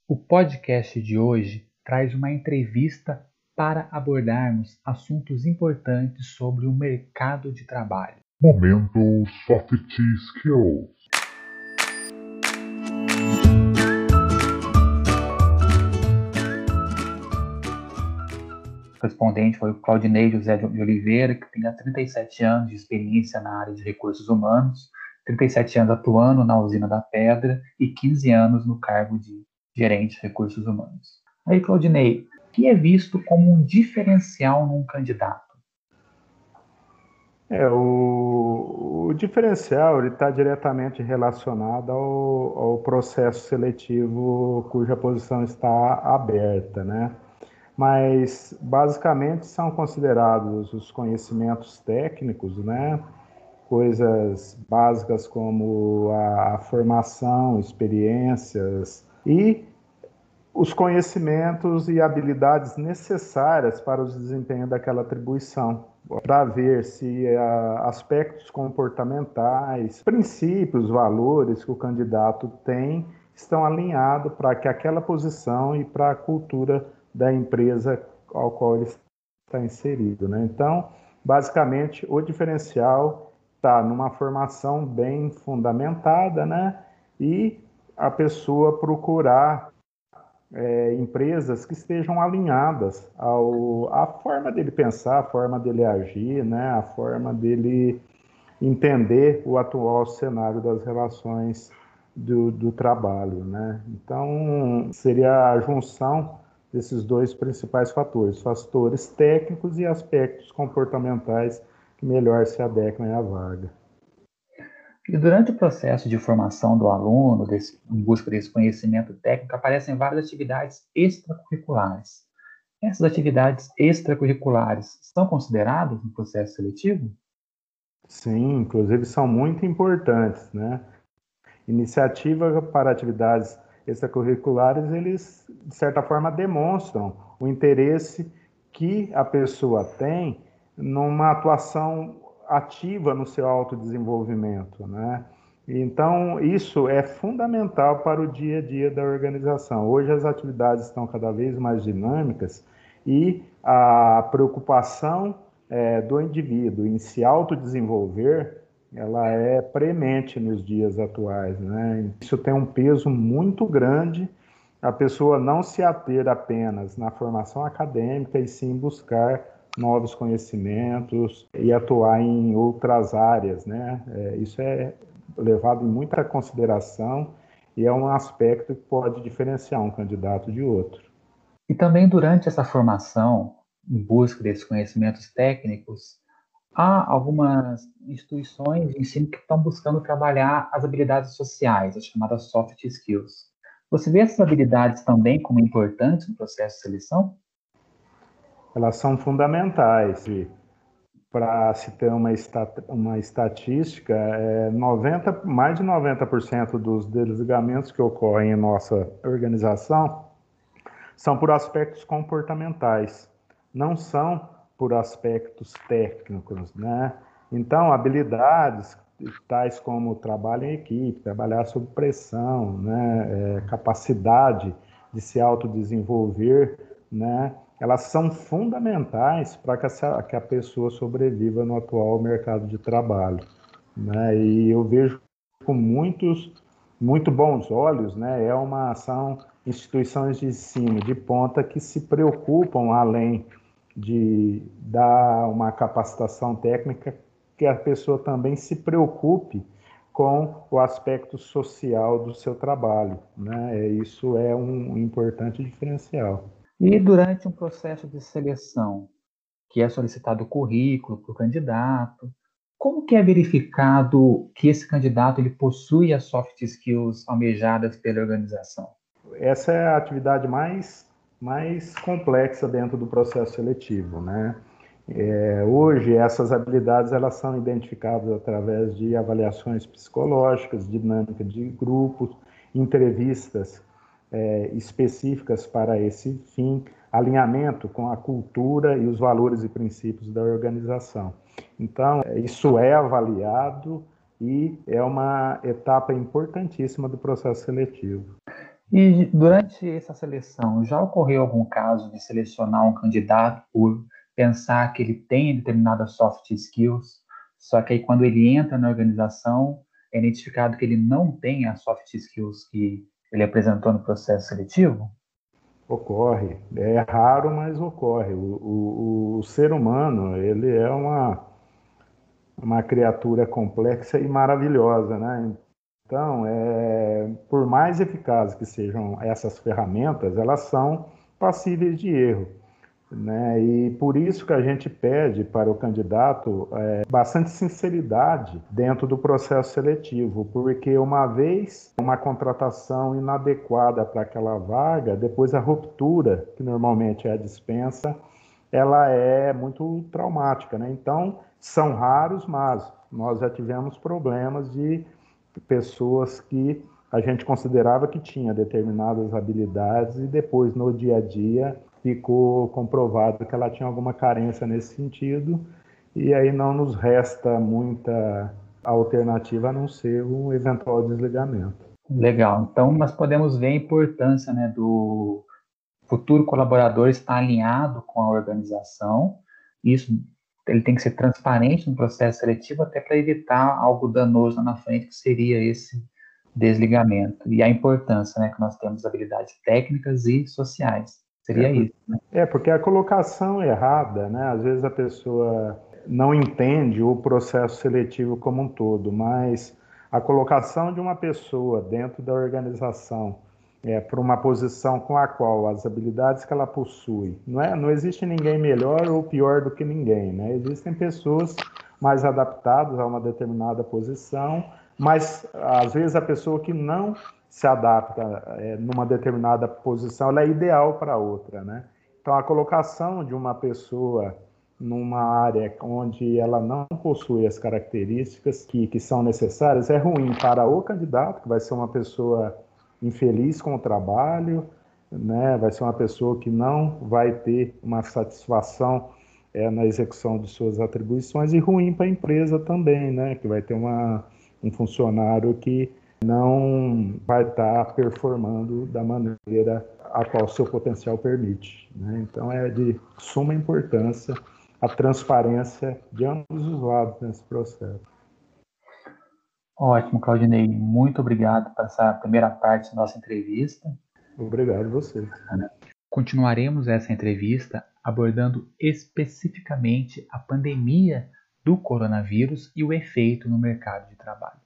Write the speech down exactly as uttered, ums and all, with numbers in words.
O podcast de hoje traz uma entrevista para abordarmos assuntos importantes sobre o mercado de trabalho. Momento Soft Skills. O respondente foi o Claudinei José de Oliveira, que tem trinta e sete anos de experiência na área de recursos humanos, trinta e sete anos atuando na usina da Pedra e quinze anos no cargo de gerente de recursos humanos. Aí, Claudinei, o que é visto como um diferencial num candidato? É, o, o diferencial está diretamente relacionado ao, ao processo seletivo cuja posição está aberta, né? Mas basicamente são considerados os conhecimentos técnicos, né? Coisas básicas como a, a formação, experiências e os conhecimentos e habilidades necessárias para o desempenho daquela atribuição, para ver se uh, aspectos comportamentais, princípios, valores que o candidato tem estão alinhados para que aquela posição e para a cultura da empresa ao qual ele está inserido, né? Então, basicamente, o diferencial está numa formação bem fundamentada, né? E a pessoa procurar É, empresas que estejam alinhadas ao, à forma dele pensar, a forma dele agir, né, a forma dele entender o atual cenário das relações do, do trabalho, né? Então, seria a junção desses dois principais fatores, fatores técnicos e aspectos comportamentais que melhor se adequam à vaga. E durante o processo de formação do aluno, desse, em busca desse conhecimento técnico, aparecem várias atividades extracurriculares. Essas atividades extracurriculares são consideradas no processo seletivo? Sim, inclusive são muito importantes, né? Iniciativa para atividades extracurriculares, eles, de certa forma, demonstram o interesse que a pessoa tem numa atuação ativa no seu autodesenvolvimento, né? Então, isso é fundamental para o dia a dia da organização. Hoje as atividades estão cada vez mais dinâmicas e a preocupação é, do indivíduo em se autodesenvolver, ela é premente nos dias atuais, né? Isso tem um peso muito grande, a pessoa não se ater apenas na formação acadêmica e sim buscar novos conhecimentos e atuar em outras áreas, né? É, isso é levado em muita consideração e é um aspecto que pode diferenciar um candidato de outro. E também durante essa formação, em busca desses conhecimentos técnicos, há algumas instituições de ensino que estão buscando trabalhar as habilidades sociais, as chamadas soft skills. Você vê essas habilidades também como importantes no processo de seleção? Elas são fundamentais. Para se ter uma, estat uma estatística, é noventa, mais de noventa por cento dos desligamentos que ocorrem em nossa organização são por aspectos comportamentais, não são por aspectos técnicos, né? Então, habilidades tais como trabalho em equipe, trabalhar sob pressão, né? É, capacidade de se autodesenvolver, né? Elas são fundamentais para que, que a pessoa sobreviva no atual mercado de trabalho, né? E eu vejo com muitos, muito bons olhos, né? É uma ação, instituições de ensino de ponta que se preocupam, além de dar uma capacitação técnica, que a pessoa também se preocupe com o aspecto social do seu trabalho, né? Isso é um importante diferencial. E durante um processo de seleção, que é solicitado o currículo para o candidato, como que é verificado que esse candidato ele possui as soft skills almejadas pela organização? Essa é a atividade mais, mais complexa dentro do processo seletivo, né? É, hoje, essas habilidades elas são identificadas através de avaliações psicológicas, dinâmica de grupos, entrevistas é, específicas para esse fim, alinhamento com a cultura e os valores e princípios da organização. Então, isso é avaliado e é uma etapa importantíssima do processo seletivo. E durante essa seleção, já ocorreu algum caso de selecionar um candidato por pensar que ele tem determinadas soft skills, só que aí quando ele entra na organização, é identificado que ele não tem as soft skills que ele apresentou no processo seletivo? Ocorre. É raro, mas ocorre. O, o, o ser humano, ele é uma, uma criatura complexa e maravilhosa, né? Então, é, por mais eficazes que sejam essas ferramentas, elas são passíveis de erro, né? E por isso que a gente pede para o candidato é, bastante sinceridade dentro do processo seletivo, porque uma vez uma contratação inadequada para aquela vaga, depois a ruptura, que normalmente é a dispensa, ela é muito traumática, né? Então, são raros, mas nós já tivemos problemas de pessoas que a gente considerava que tinha determinadas habilidades e depois no dia a dia ficou comprovado que ela tinha alguma carência nesse sentido e aí não nos resta muita alternativa a não ser um eventual desligamento. Legal. Então, nós podemos ver a importância, né, do futuro colaborador estar alinhado com a organização. Isso, ele tem que ser transparente no processo seletivo até para evitar algo danoso lá na frente, que seria esse desligamento. E a importância, né, que nós temos habilidades técnicas e sociais. É, Seria por, isso, né? é porque a colocação errada, né? Às vezes a pessoa não entende o processo seletivo como um todo, mas a colocação de uma pessoa dentro da organização é, para uma posição com a qual as habilidades que ela possui, não é, não existe ninguém melhor ou pior do que ninguém, né? Existem pessoas mais adaptadas a uma determinada posição, mas às vezes a pessoa que não se adapta é, numa determinada posição, ela é ideal para outra, né? Então, a colocação de uma pessoa numa área onde ela não possui as características que, que são necessárias é ruim para o candidato, que vai ser uma pessoa infeliz com o trabalho, né? Vai ser uma pessoa que não vai ter uma satisfação é, na execução de suas atribuições e ruim para a empresa também, né? Que vai ter uma, um funcionário que não vai estar performando da maneira a qual seu potencial permite, né? Então é de suma importância a transparência de ambos os lados nesse processo. Ótimo, Claudinei. Muito obrigado por essa primeira parte da nossa entrevista. Obrigado a você. Continuaremos essa entrevista abordando especificamente a pandemia do coronavírus e o efeito no mercado de trabalho.